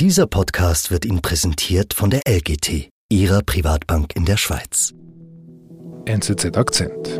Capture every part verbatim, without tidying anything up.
Dieser Podcast wird Ihnen präsentiert von der L G T, Ihrer Privatbank in der Schweiz. N Z Z Akzent.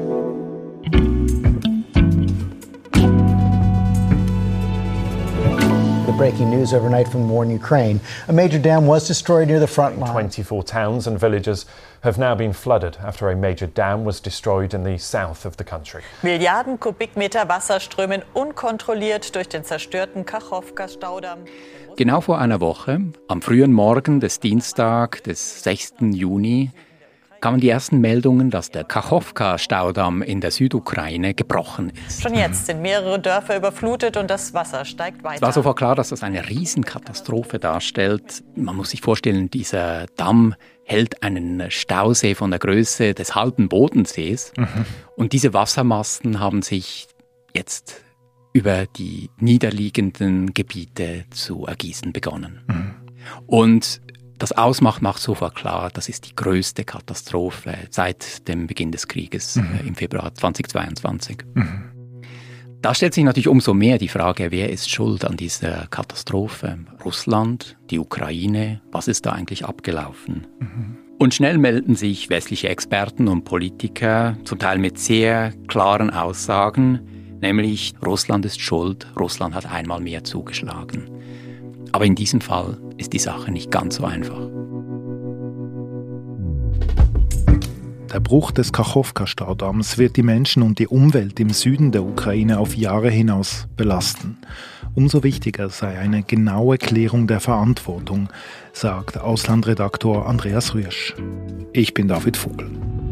Breaking news overnight from the war in Ukraine. A major dam was destroyed near the front line. twenty-four towns and villages have now been flooded after a major dam was destroyed in the south of the country. Milliarden Kubikmeter Wasser strömen unkontrolliert durch den zerstörten Kachowka-Staudamm. Genau vor einer Woche, am frühen Morgen des Dienstag, des sechsten Juni, kamen die ersten Meldungen, dass der Kachowka-Staudamm in der Südukraine gebrochen ist. Schon jetzt sind mehrere Dörfer überflutet und das Wasser steigt weiter. Es war sofort klar, dass das eine Riesenkatastrophe darstellt. Man muss sich vorstellen, dieser Damm hält einen Stausee von der Größe des halben Bodensees. Mhm. Und diese Wassermassen haben sich jetzt über die niederliegenden Gebiete zu ergießen begonnen. Mhm. Und das Ausmaß macht sofort klar, das ist die größte Katastrophe seit dem Beginn des Krieges mhm. äh, im Februar zweitausendzweiundzwanzig. Mhm. Da stellt sich natürlich umso mehr die Frage, wer ist schuld an dieser Katastrophe? Russland, die Ukraine, was ist da eigentlich abgelaufen? Mhm. Und schnell melden sich westliche Experten und Politiker, zum Teil mit sehr klaren Aussagen, nämlich Russland ist schuld, Russland hat einmal mehr zugeschlagen. Aber in diesem Fall ist die Sache nicht ganz so einfach. Der Bruch des Kachowka-Staudamms wird die Menschen und die Umwelt im Süden der Ukraine auf Jahre hinaus belasten. Umso wichtiger sei eine genaue Klärung der Verantwortung, sagt Auslandredaktor Andreas Rüesch. Ich bin David Vogel.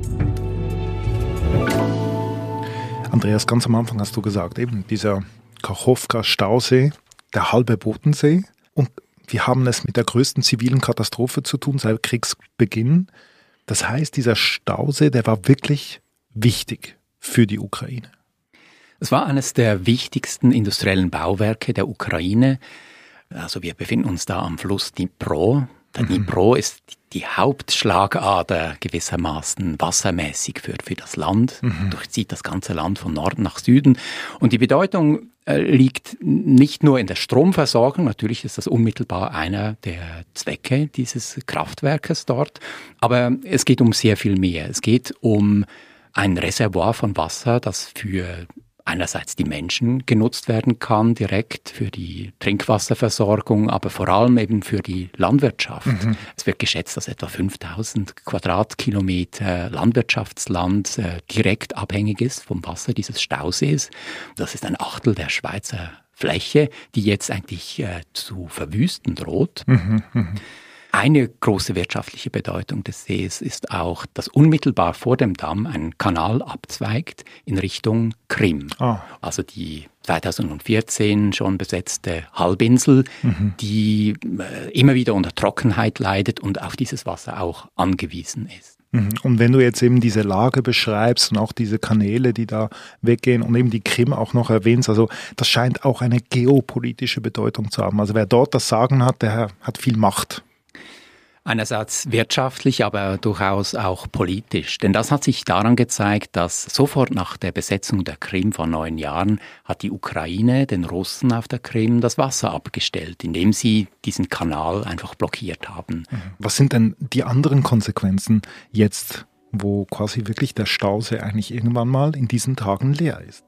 Andreas, ganz am Anfang hast du gesagt, eben dieser Kachowka-Stausee, der halbe Bodensee. Und wir haben es mit der größten zivilen Katastrophe zu tun seit Kriegsbeginn. Das heißt, dieser Stausee, der war wirklich wichtig für die Ukraine. Es war eines der wichtigsten industriellen Bauwerke der Ukraine. Also wir befinden uns da am Fluss Dnipro. Der mhm. Dnipro ist die Hauptschlagader gewissermaßen wassermäßig für, für das Land, mhm. durchzieht das ganze Land von Norden nach Süden. Und die Bedeutung äh, liegt nicht nur in der Stromversorgung, natürlich ist das unmittelbar einer der Zwecke dieses Kraftwerkes dort, aber es geht um sehr viel mehr. Es geht um ein Reservoir von Wasser, das für einerseits die Menschen genutzt werden kann, direkt für die Trinkwasserversorgung, aber vor allem eben für die Landwirtschaft. Mhm. Es wird geschätzt, dass etwa fünftausend Quadratkilometer Landwirtschaftsland äh, direkt abhängig ist vom Wasser dieses Stausees. Das ist ein Achtel der Schweizer Fläche, die jetzt eigentlich äh, zu verwüsten droht. Mhm. Mhm. Eine große wirtschaftliche Bedeutung des Sees ist auch, dass unmittelbar vor dem Damm ein Kanal abzweigt in Richtung Krim. Oh. Also die zweitausendvierzehn schon besetzte Halbinsel, mhm. die äh, immer wieder unter Trockenheit leidet und auf dieses Wasser auch angewiesen ist. Und wenn du jetzt eben diese Lage beschreibst und auch diese Kanäle, die da weggehen und eben die Krim auch noch erwähnst, also das scheint auch eine geopolitische Bedeutung zu haben. Also wer dort das Sagen hat, der hat viel Macht. Einerseits wirtschaftlich, aber durchaus auch politisch. Denn das hat sich daran gezeigt, dass sofort nach der Besetzung der Krim vor neun Jahren hat die Ukraine den Russen auf der Krim das Wasser abgestellt, indem sie diesen Kanal einfach blockiert haben. Was sind denn die anderen Konsequenzen jetzt, wo quasi wirklich der Stausee eigentlich irgendwann mal in diesen Tagen leer ist?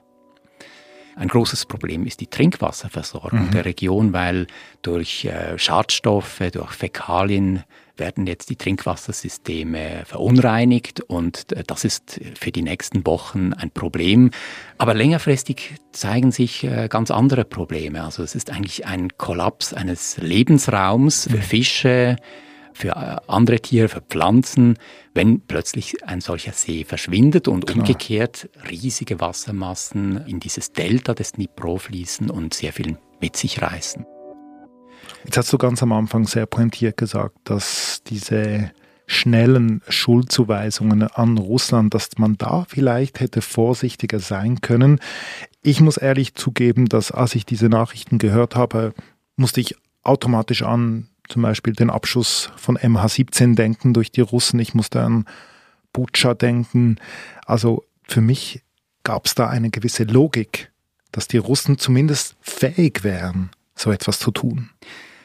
Ein großes Problem ist die Trinkwasserversorgung mhm. der Region, weil durch äh, Schadstoffe, durch Fäkalien werden jetzt die Trinkwassersysteme verunreinigt und äh, das ist für die nächsten Wochen ein Problem. Aber längerfristig zeigen sich äh, ganz andere Probleme. Also es ist eigentlich ein Kollaps eines Lebensraums für Fische, für andere Tiere, für Pflanzen, wenn plötzlich ein solcher See verschwindet und Klar. umgekehrt riesige Wassermassen in dieses Delta des Dnipro fließen und sehr viel mit sich reißen. Jetzt hast du ganz am Anfang sehr pointiert gesagt, dass diese schnellen Schuldzuweisungen an Russland, dass man da vielleicht hätte vorsichtiger sein können. Ich muss ehrlich zugeben, dass als ich diese Nachrichten gehört habe, musste ich automatisch an zum Beispiel den Abschuss von M H siebzehn denken durch die Russen. Ich musste an Butscha denken. Also für mich gab es da eine gewisse Logik, dass die Russen zumindest fähig wären, so etwas zu tun.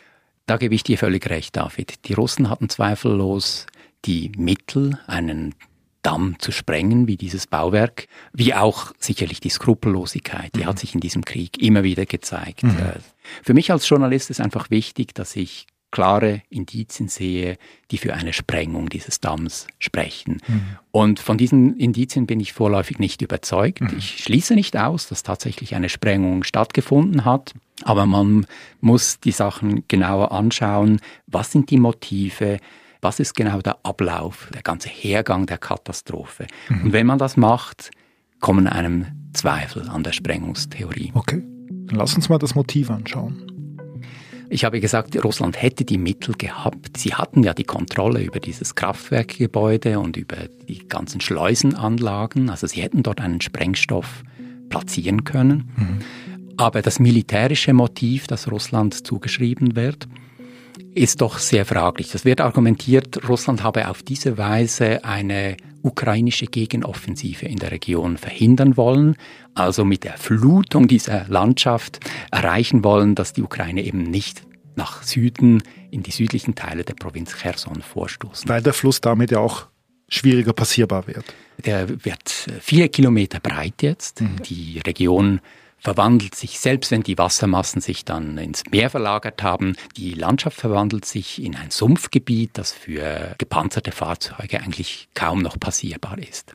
Da gebe ich dir völlig recht, David. Die Russen hatten zweifellos die Mittel, einen Damm zu sprengen, wie dieses Bauwerk, wie auch sicherlich die Skrupellosigkeit, die mhm. hat sich in diesem Krieg immer wieder gezeigt. Mhm. Für mich als Journalist ist einfach wichtig, dass ich klare Indizien sehe, die für eine Sprengung dieses Damms sprechen. Mhm. Und von diesen Indizien bin ich vorläufig nicht überzeugt. Mhm. Ich schließe nicht aus, dass tatsächlich eine Sprengung stattgefunden hat, aber man muss die Sachen genauer anschauen. Was sind die Motive? Was ist genau der Ablauf, der ganze Hergang der Katastrophe? Mhm. Und wenn man das macht, kommen einem Zweifel an der Sprengungstheorie. Okay, dann lass uns mal das Motiv anschauen. Ich habe gesagt, Russland hätte die Mittel gehabt. Sie hatten ja die Kontrolle über dieses Kraftwerkgebäude und über die ganzen Schleusenanlagen. Also sie hätten dort einen Sprengstoff platzieren können. Mhm. Aber das militärische Motiv, das Russland zugeschrieben wird, ist doch sehr fraglich. Das wird argumentiert, Russland habe auf diese Weise eine ukrainische Gegenoffensive in der Region verhindern wollen, also mit der Flutung dieser Landschaft erreichen wollen, dass die Ukraine eben nicht nach Süden in die südlichen Teile der Provinz Cherson vorstoßen. Weil der Fluss damit ja auch schwieriger passierbar wird. Der wird vier Kilometer breit jetzt. Mhm. Die Region verwandelt sich, selbst wenn die Wassermassen sich dann ins Meer verlagert haben, die Landschaft verwandelt sich in ein Sumpfgebiet, das für gepanzerte Fahrzeuge eigentlich kaum noch passierbar ist.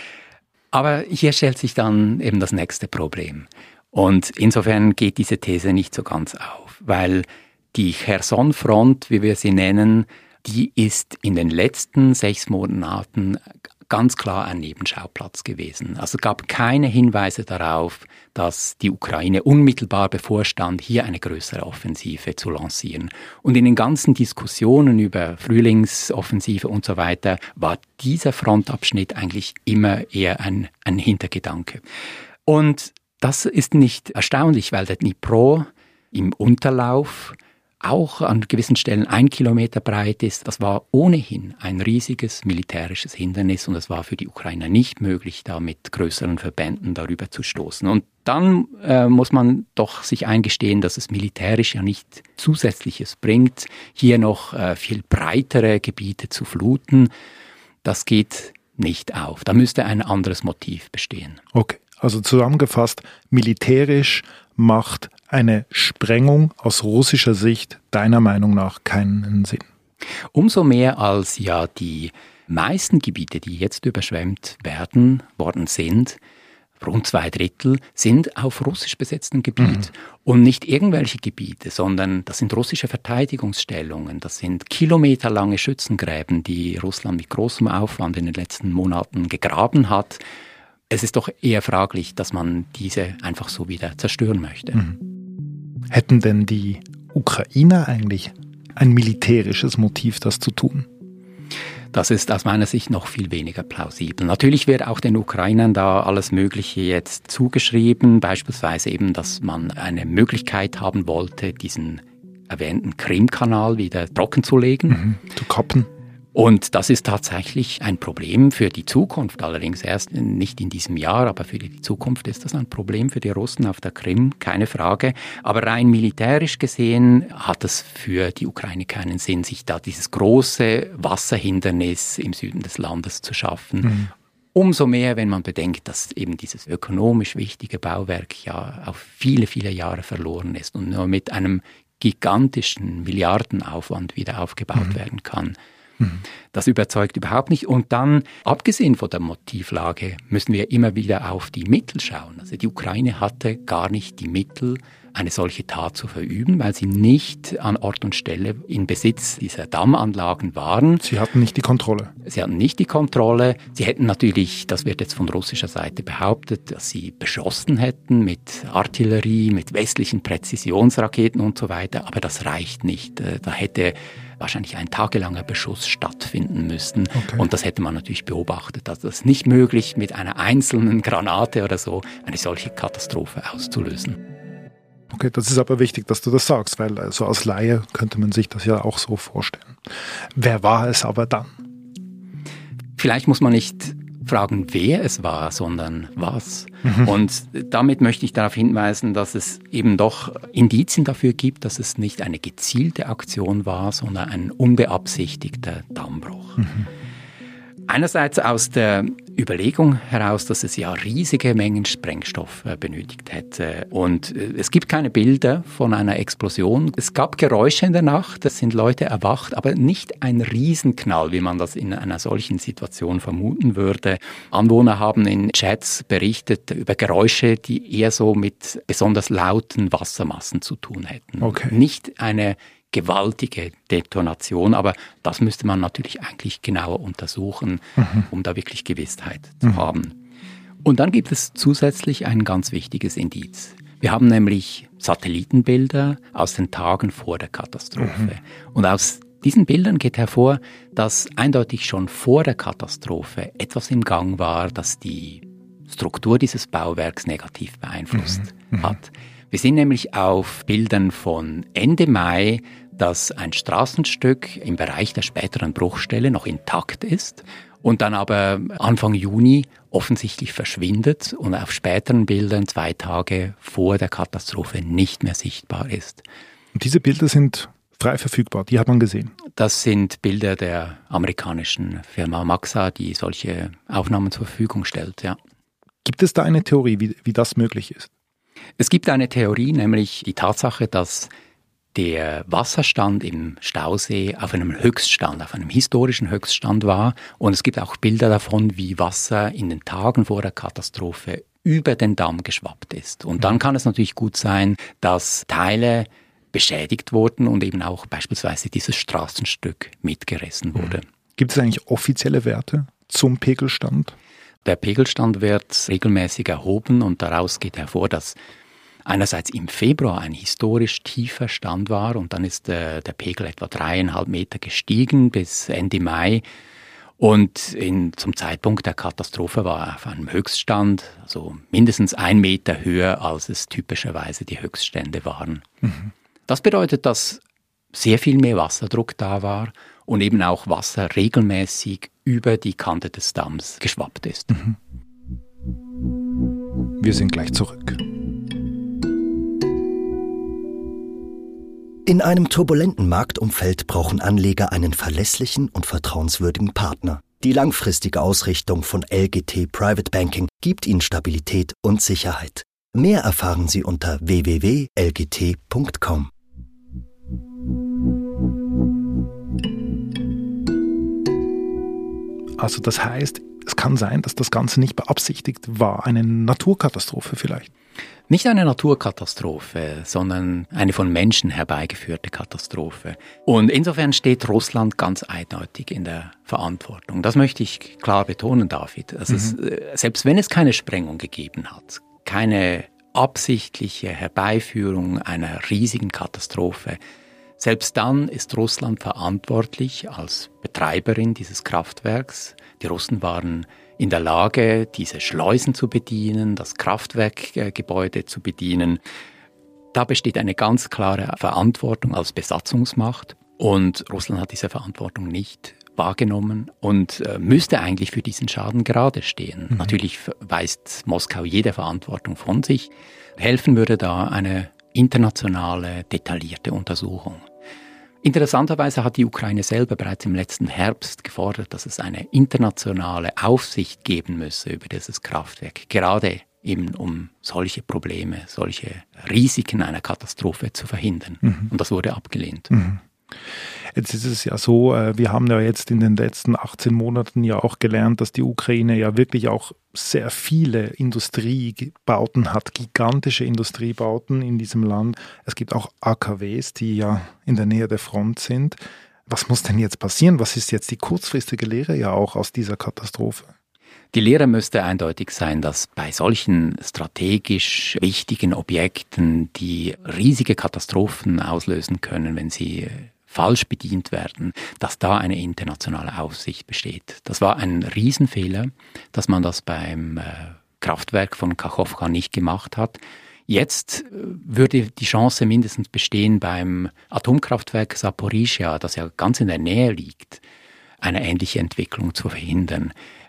Aber hier stellt sich dann eben das nächste Problem. Und insofern geht diese These nicht so ganz auf, weil die Cherson-Front, wie wir sie nennen, die ist in den letzten sechs Monaten ganz klar ein Nebenschauplatz gewesen. Also es gab keine Hinweise darauf, dass die Ukraine unmittelbar bevorstand, hier eine größere Offensive zu lancieren. Und in den ganzen Diskussionen über Frühlingsoffensive und so weiter war dieser Frontabschnitt eigentlich immer eher ein, ein Hintergedanke. Und das ist nicht erstaunlich, weil der Dnipro im Unterlauf auch an gewissen Stellen ein Kilometer breit ist. Das war ohnehin ein riesiges militärisches Hindernis und es war für die Ukrainer nicht möglich, da mit größeren Verbänden darüber zu stoßen. Und dann äh, muss man doch sich eingestehen, dass es militärisch ja nicht Zusätzliches bringt, hier noch äh, viel breitere Gebiete zu fluten. Das geht nicht auf. Da müsste ein anderes Motiv bestehen. Okay, also zusammengefasst, militärisch macht eine Sprengung aus russischer Sicht deiner Meinung nach keinen Sinn? Umso mehr als ja die meisten Gebiete, die jetzt überschwemmt werden, worden sind, rund zwei Drittel, sind auf russisch besetztem Gebiet. Mhm. Und nicht irgendwelche Gebiete, sondern das sind russische Verteidigungsstellungen, das sind kilometerlange Schützengräben, die Russland mit großem Aufwand in den letzten Monaten gegraben hat. Es ist doch eher fraglich, dass man diese einfach so wieder zerstören möchte. Mhm. Hätten denn die Ukrainer eigentlich ein militärisches Motiv, das zu tun? Das ist aus meiner Sicht noch viel weniger plausibel. Natürlich wird auch den Ukrainern da alles Mögliche jetzt zugeschrieben, beispielsweise eben, dass man eine Möglichkeit haben wollte, diesen erwähnten Krim-Kanal wieder trocken zu legen. Mhm, zu kappen. Und das ist tatsächlich ein Problem für die Zukunft, allerdings erst nicht in diesem Jahr, aber für die Zukunft ist das ein Problem für die Russen auf der Krim, keine Frage. Aber rein militärisch gesehen hat es für die Ukraine keinen Sinn, sich da dieses große Wasserhindernis im Süden des Landes zu schaffen. Mhm. Umso mehr, wenn man bedenkt, dass eben dieses ökonomisch wichtige Bauwerk ja auf viele, viele Jahre verloren ist und nur mit einem gigantischen Milliardenaufwand wieder aufgebaut mhm. werden kann. Das überzeugt überhaupt nicht. Und dann, abgesehen von der Motivlage, müssen wir immer wieder auf die Mittel schauen. Also die Ukraine hatte gar nicht die Mittel, eine solche Tat zu verüben, weil sie nicht an Ort und Stelle in Besitz dieser Dammanlagen waren. Sie hatten nicht die Kontrolle. Sie hatten nicht die Kontrolle. Sie hätten natürlich, das wird jetzt von russischer Seite behauptet, dass sie beschossen hätten mit Artillerie, mit westlichen Präzisionsraketen und so weiter. Aber das reicht nicht. Da hätte wahrscheinlich ein tagelanger Beschuss stattfinden müssen. Okay. Und das hätte man natürlich beobachtet. Also das ist nicht möglich, mit einer einzelnen Granate oder so eine solche Katastrophe auszulösen. Okay, das ist aber wichtig, dass du das sagst, weil also als Laie könnte man sich das ja auch so vorstellen. Wer war es aber dann? Vielleicht muss man nicht fragen, wer es war, sondern was. Mhm. Und damit möchte ich darauf hinweisen, dass es eben doch Indizien dafür gibt, dass es nicht eine gezielte Aktion war, sondern ein unbeabsichtigter Dammbruch. Mhm. Einerseits aus der Überlegung heraus, dass es ja riesige Mengen Sprengstoff äh, benötigt hätte. Und äh, es gibt keine Bilder von einer Explosion. Es gab Geräusche in der Nacht, es sind Leute erwacht, aber nicht ein Riesenknall, wie man das in einer solchen Situation vermuten würde. Anwohner haben in Chats berichtet über Geräusche, die eher so mit besonders lauten Wassermassen zu tun hätten. Okay. Nicht eine gewaltige Detonation, aber das müsste man natürlich eigentlich genauer untersuchen, mhm. um da wirklich Gewissheit zu mhm. haben. Und dann gibt es zusätzlich ein ganz wichtiges Indiz. Wir haben nämlich Satellitenbilder aus den Tagen vor der Katastrophe. Mhm. Und aus diesen Bildern geht hervor, dass eindeutig schon vor der Katastrophe etwas im Gang war, das die Struktur dieses Bauwerks negativ beeinflusst mhm. hat. Wir sind nämlich auf Bildern von Ende Mai, dass ein Straßenstück im Bereich der späteren Bruchstelle noch intakt ist und dann aber Anfang Juni offensichtlich verschwindet und auf späteren Bildern zwei Tage vor der Katastrophe nicht mehr sichtbar ist. Und diese Bilder sind frei verfügbar, die hat man gesehen? Das sind Bilder der amerikanischen Firma Maxa, die solche Aufnahmen zur Verfügung stellt, ja. Gibt es da eine Theorie, wie, wie das möglich ist? Es gibt eine Theorie, nämlich die Tatsache, dass der Wasserstand im Stausee auf einem Höchststand, auf einem historischen Höchststand war. Und es gibt auch Bilder davon, wie Wasser in den Tagen vor der Katastrophe über den Damm geschwappt ist. Und dann kann es natürlich gut sein, dass Teile beschädigt wurden und eben auch beispielsweise dieses Straßenstück mitgerissen wurde. Gibt es eigentlich offizielle Werte zum Pegelstand? Der Pegelstand wird regelmäßig erhoben und daraus geht hervor, dass einerseits im Februar ein historisch tiefer Stand war und dann ist äh, der Pegel etwa dreieinhalb Meter gestiegen bis Ende Mai. Und in, zum Zeitpunkt der Katastrophe war er auf einem Höchststand, also mindestens ein Meter höher, als es typischerweise die Höchststände waren. Mhm. Das bedeutet, dass sehr viel mehr Wasserdruck da war und eben auch Wasser regelmäßig über die Kante des Damms geschwappt ist. Mhm. Wir sind gleich zurück. In einem turbulenten Marktumfeld brauchen Anleger einen verlässlichen und vertrauenswürdigen Partner. Die langfristige Ausrichtung von L G T Private Banking gibt Ihnen Stabilität und Sicherheit. Mehr erfahren Sie unter w w w punkt l g t punkt com. Also das heißt, es kann sein, dass das Ganze nicht beabsichtigt war, eine Naturkatastrophe vielleicht. Nicht eine Naturkatastrophe, sondern eine von Menschen herbeigeführte Katastrophe. Und insofern steht Russland ganz eindeutig in der Verantwortung. Das möchte ich klar betonen, David. Also mhm. es, selbst wenn es keine Sprengung gegeben hat, keine absichtliche Herbeiführung einer riesigen Katastrophe, selbst dann ist Russland verantwortlich als Betreiberin dieses Kraftwerks. Die Russen waren in der Lage, diese Schleusen zu bedienen, das Kraftwerkgebäude zu bedienen. Da besteht eine ganz klare Verantwortung als Besatzungsmacht und Russland hat diese Verantwortung nicht wahrgenommen und äh, müsste eigentlich für diesen Schaden gerade stehen. Mhm. Natürlich weist Moskau jede Verantwortung von sich. Helfen würde da eine internationale, detaillierte Untersuchung. Interessanterweise hat die Ukraine selber bereits im letzten Herbst gefordert, dass es eine internationale Aufsicht geben müsse über dieses Kraftwerk, gerade eben um solche Probleme, solche Risiken einer Katastrophe zu verhindern. Mhm. Und das wurde abgelehnt. Mhm. Jetzt ist es ja so, wir haben ja jetzt in den letzten achtzehn Monaten ja auch gelernt, dass die Ukraine ja wirklich auch sehr viele Industriebauten hat, gigantische Industriebauten in diesem Land. Es gibt auch A K Ws, die ja in der Nähe der Front sind. Was muss denn jetzt passieren? Was ist jetzt die kurzfristige Lehre ja auch aus dieser Katastrophe? Die Lehre müsste eindeutig sein, dass bei solchen strategisch wichtigen Objekten, die riesige Katastrophen auslösen können, wenn sie falsch bedient werden, dass da eine internationale Aufsicht besteht. Das war ein Riesenfehler, dass man das beim äh, Kraftwerk von Kachowka nicht gemacht hat. Jetzt äh, würde die Chance mindestens bestehen, beim Atomkraftwerk Saporischschja, das ja ganz in der Nähe liegt, eine ähnliche Entwicklung zu verhindern.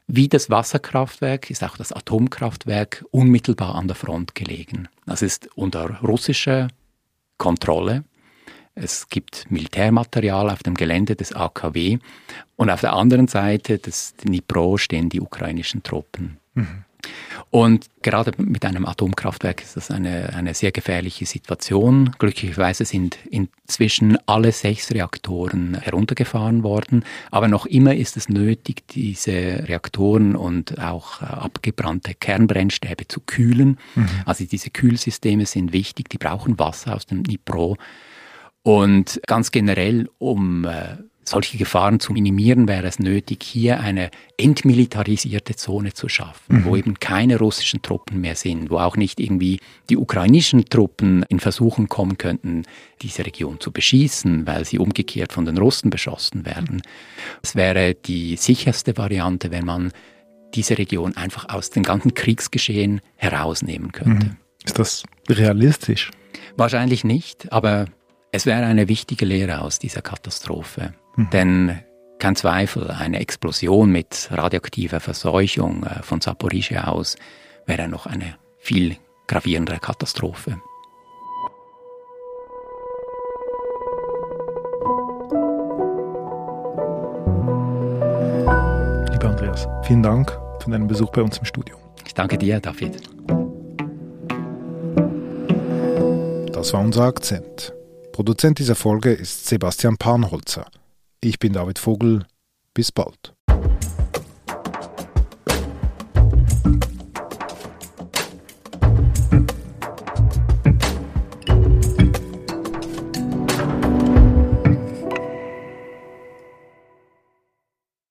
Wie das Wasserkraftwerk ist auch das Atomkraftwerk unmittelbar an der Front gelegen. Das ist unter russischer Kontrolle. Es gibt Militärmaterial auf dem Gelände des A K W und auf der anderen Seite des Dnipro stehen die ukrainischen Truppen. Mhm. Und gerade mit einem Atomkraftwerk ist das eine, eine sehr gefährliche Situation. Glücklicherweise sind inzwischen alle sechs Reaktoren heruntergefahren worden, aber noch immer ist es nötig, diese Reaktoren und auch abgebrannte Kernbrennstäbe zu kühlen. Mhm. Also diese Kühlsysteme sind wichtig, die brauchen Wasser aus dem Dnipro. Und ganz generell, um äh, solche Gefahren zu minimieren, wäre es nötig, hier eine entmilitarisierte Zone zu schaffen, mhm. wo eben keine russischen Truppen mehr sind, wo auch nicht irgendwie die ukrainischen Truppen in Versuchen kommen könnten, diese Region zu beschießen, weil sie umgekehrt von den Russen beschossen werden. Es wäre die sicherste Variante, wenn man diese Region einfach aus dem ganzen Kriegsgeschehen herausnehmen könnte. Mhm. Ist das realistisch? Wahrscheinlich nicht, aber es wäre eine wichtige Lehre aus dieser Katastrophe. Mhm. Denn kein Zweifel, eine Explosion mit radioaktiver Verseuchung von Zaporizhzhia aus wäre noch eine viel gravierendere Katastrophe. Lieber Andreas, vielen Dank für deinen Besuch bei uns im Studio. Ich danke dir, David. Das war unser Akzent. Produzent dieser Folge ist Sebastian Panholzer. Ich bin David Vogel. Bis bald.